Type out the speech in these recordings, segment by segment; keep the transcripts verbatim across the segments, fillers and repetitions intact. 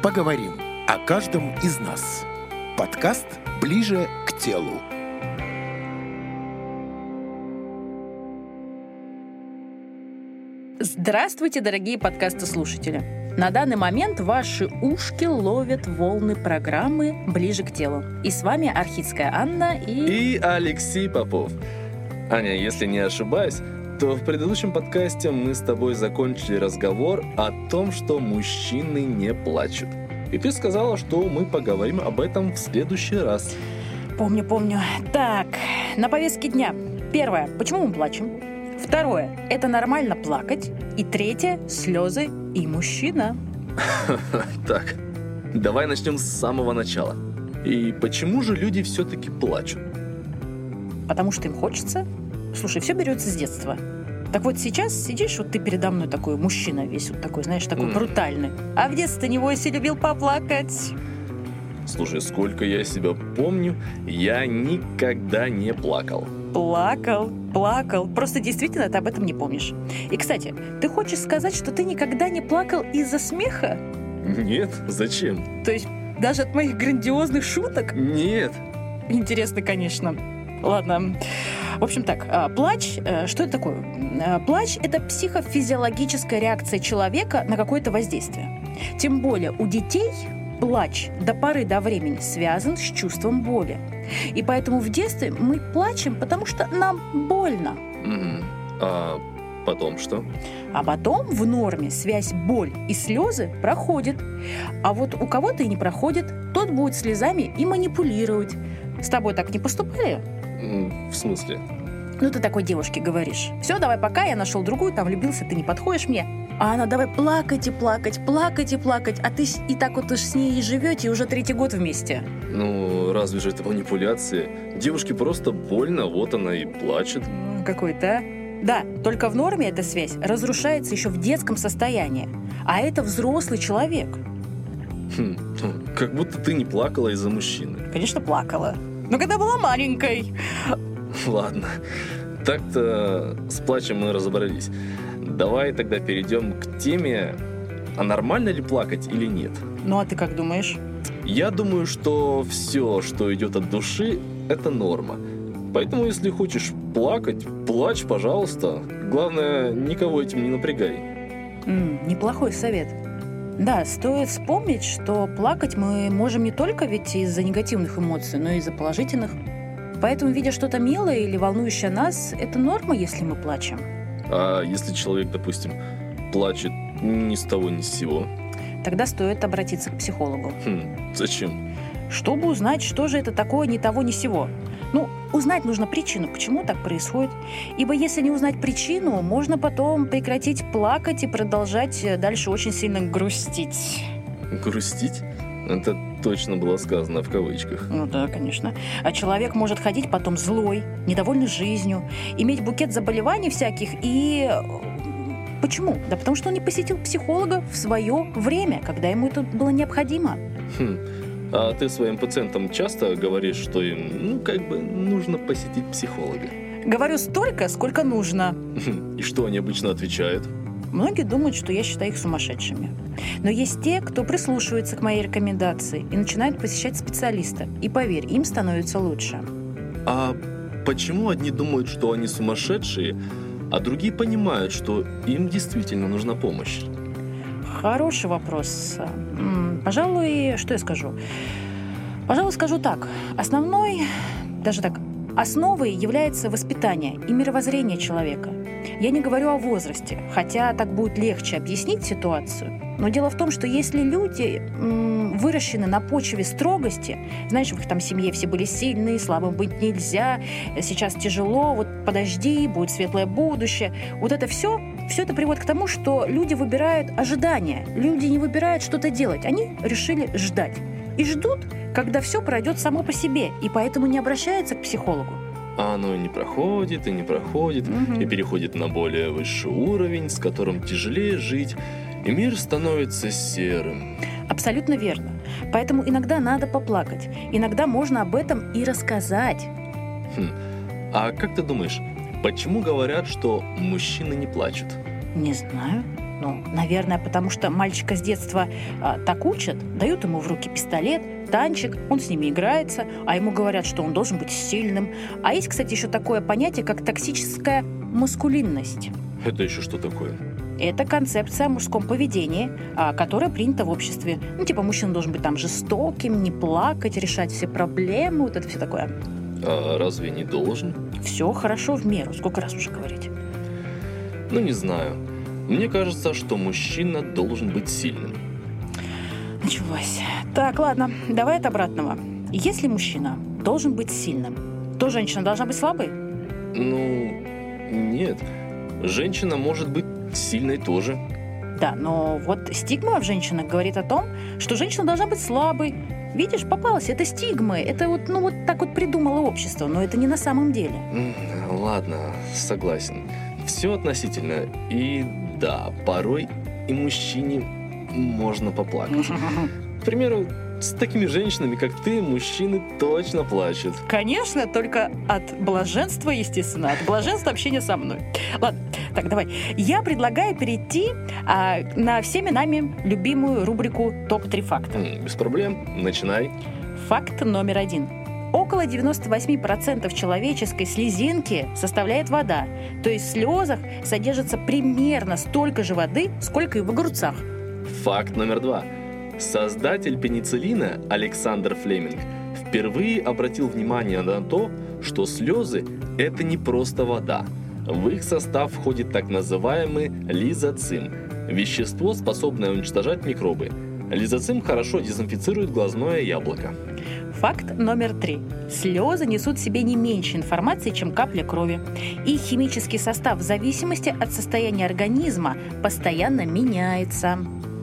Поговорим о каждом из нас. Подкаст «Ближе к телу». Здравствуйте, дорогие подкастослушатели! На данный момент ваши ушки ловят волны программы «Ближе к телу». И с вами Архицкая Анна и... И Алексей Попов. Аня, если не ошибаюсь, то в предыдущем подкасте мы с тобой закончили разговор о том, что мужчины не плачут. И ты сказала, что мы поговорим об этом в следующий раз. Помню, помню. Так, на повестке дня. Первое. Почему мы плачем? Второе. Это нормально плакать. И третье. Слезы и мужчина. Так, давай начнем с самого начала. И почему же люди все-таки плачут? Потому что им хочется. Слушай, все берется с детства. Так вот сейчас сидишь, вот ты передо мной такой мужчина весь вот такой, знаешь, такой Mm. брутальный. А в детстве небось и любил поплакать. Слушай, сколько я себя помню, я никогда не плакал. Плакал, плакал. Просто действительно ты об этом не помнишь. И, кстати, ты хочешь сказать, что ты никогда не плакал из-за смеха? Нет, зачем? То есть даже от моих грандиозных шуток? Нет. Интересно, конечно. Ладно. В общем так, а, плач, э, что это такое? А, Плач – это психофизиологическая реакция человека на какое-то воздействие. Тем более у детей плач до поры до времени связан с чувством боли. И поэтому в детстве мы плачем, потому что нам больно. Мгм. А потом что? А потом в норме связь боль и слезы проходит. А вот у кого-то и не проходит, тот будет слезами и манипулировать. С тобой так не поступали? М, В смысле? Ну, ты такой девушке говоришь: все, давай пока, я нашел другую, там влюбился, ты не подходишь мне. А она: давай плакать и плакать, плакать и плакать. А ты с- и так вот уж с ней и живете, и уже третий год вместе. Ну, разве же это манипуляция? Девушке просто больно, вот она и плачет. М, Какой-то, а? Да, только в норме эта связь разрушается еще в детском состоянии. А это взрослый человек. Хм, как будто ты не плакала из-за мужчины. Конечно, плакала. Но когда была маленькой. Ладно, так-то с плачем мы разобрались. Давай тогда перейдем к теме, а нормально ли плакать или нет. Ну, а ты как думаешь? Я думаю, что все, что идет от души, это норма. Поэтому, если хочешь плакать, плачь, пожалуйста. Главное, никого этим не напрягай. М, неплохой совет. Да, стоит вспомнить, что плакать мы можем не только ведь из-за негативных эмоций, но и из-за положительных. Поэтому, видя что-то милое или волнующее нас, это норма, если мы плачем. А если человек, допустим, плачет ни с того ни с сего? Тогда стоит обратиться к психологу, Хм, зачем? чтобы узнать, что же это такое ни того ни сего. Ну, узнать нужно причину, почему так происходит. Ибо если не узнать причину, можно потом прекратить плакать и продолжать э, дальше очень сильно грустить. Грустить? Это точно было сказано в кавычках. Ну да, конечно. А человек может ходить потом злой, недовольный жизнью, иметь букет заболеваний всяких и... э, Почему? Да потому что он не посетил психолога в свое время, когда ему это было необходимо. Хм. А ты своим пациентам часто говоришь, что им, ну, как бы, нужно посетить психолога? Говорю столько, сколько нужно. И что они обычно отвечают? Многие думают, что я считаю их сумасшедшими. Но есть те, кто прислушивается к моей рекомендации и начинает посещать специалиста. И поверь, им становится лучше. А почему одни думают, что они сумасшедшие, а другие понимают, что им действительно нужна помощь? Хороший вопрос. М, Пожалуй, что я скажу? Пожалуй, скажу так. Основной, даже так, основой является воспитание и мировоззрение человека. Я не говорю о возрасте, хотя так будет легче объяснить ситуацию. Но дело в том, что если люди м, выращены на почве строгости, знаешь, в их там семье все были сильные, слабым быть нельзя, сейчас тяжело, вот подожди, будет светлое будущее. Вот это все, все это приводит к тому, что люди выбирают ожидания. Люди не выбирают что-то делать, они решили ждать. И ждут, когда все пройдет само по себе, и поэтому не обращаются к психологу. А оно и не проходит, и не проходит, Мгм. и переходит на более высший уровень, с которым тяжелее жить, и мир становится серым. Абсолютно верно. Поэтому иногда надо поплакать. Иногда можно об этом и рассказать. Хм. А как ты думаешь, почему говорят, что мужчины не плачут? Не знаю. Ну, наверное, потому что мальчика с детства а, так учат, дают ему в руки пистолет, танчик, он с ними играется, а ему говорят, что он должен быть сильным. А есть, кстати, еще такое понятие, как токсическая маскулинность. Это еще что такое? Это концепция о мужском поведении, а, которая принята в обществе. Ну, типа, мужчина должен быть там жестоким, не плакать, решать все проблемы, вот это все такое. А разве не должен? Все хорошо в меру, сколько раз уже говорить. Ну, не знаю. Мне кажется, что мужчина должен быть сильным. Началось. Так, ладно, давай от обратного. Если мужчина должен быть сильным, то женщина должна быть слабой? Ну, нет. Женщина может быть сильной тоже. Да, но вот стигма в женщинах говорит о том, что женщина должна быть слабой. Видишь, попалась, это стигмы. Это вот, ну, вот так вот придумало общество, но это не на самом деле. Ладно, согласен. Все относительно. И да, порой и мужчине можно поплакать. К примеру, с такими женщинами, как ты, мужчины точно плачут. Конечно, только от блаженства, естественно, от блаженства общения со мной. Ладно, так, давай. Я предлагаю перейти а, на всеми нами любимую рубрику топ три факта. Без проблем, начинай. Факт номер один. Около девяносто восемь процентов человеческой слезинки составляет вода. То есть в слезах содержится примерно столько же воды, сколько и в огурцах. Факт номер два. Создатель пенициллина Александр Флеминг впервые обратил внимание на то, что слезы – это не просто вода. В их состав входит так называемый лизоцим – вещество, способное уничтожать микробы. Лизоцим хорошо дезинфицирует глазное яблоко. Факт номер три. Слезы несут в себе не меньше информации, чем капля крови. Их химический состав в зависимости от состояния организма постоянно меняется.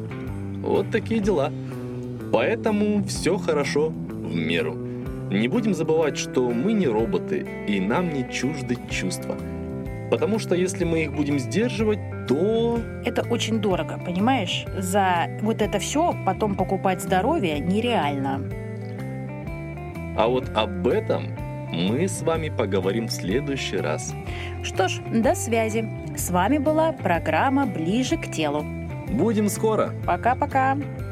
Вот такие дела. Поэтому все хорошо в меру. Не будем забывать, что мы не роботы, и нам не чужды чувства. Потому что если мы их будем сдерживать, то... Это очень дорого, понимаешь? За вот это все потом покупать здоровье нереально. А вот об этом мы с вами поговорим в следующий раз. Что ж, до связи. С вами была программа «Ближе к телу». Будем скоро. Пока-пока.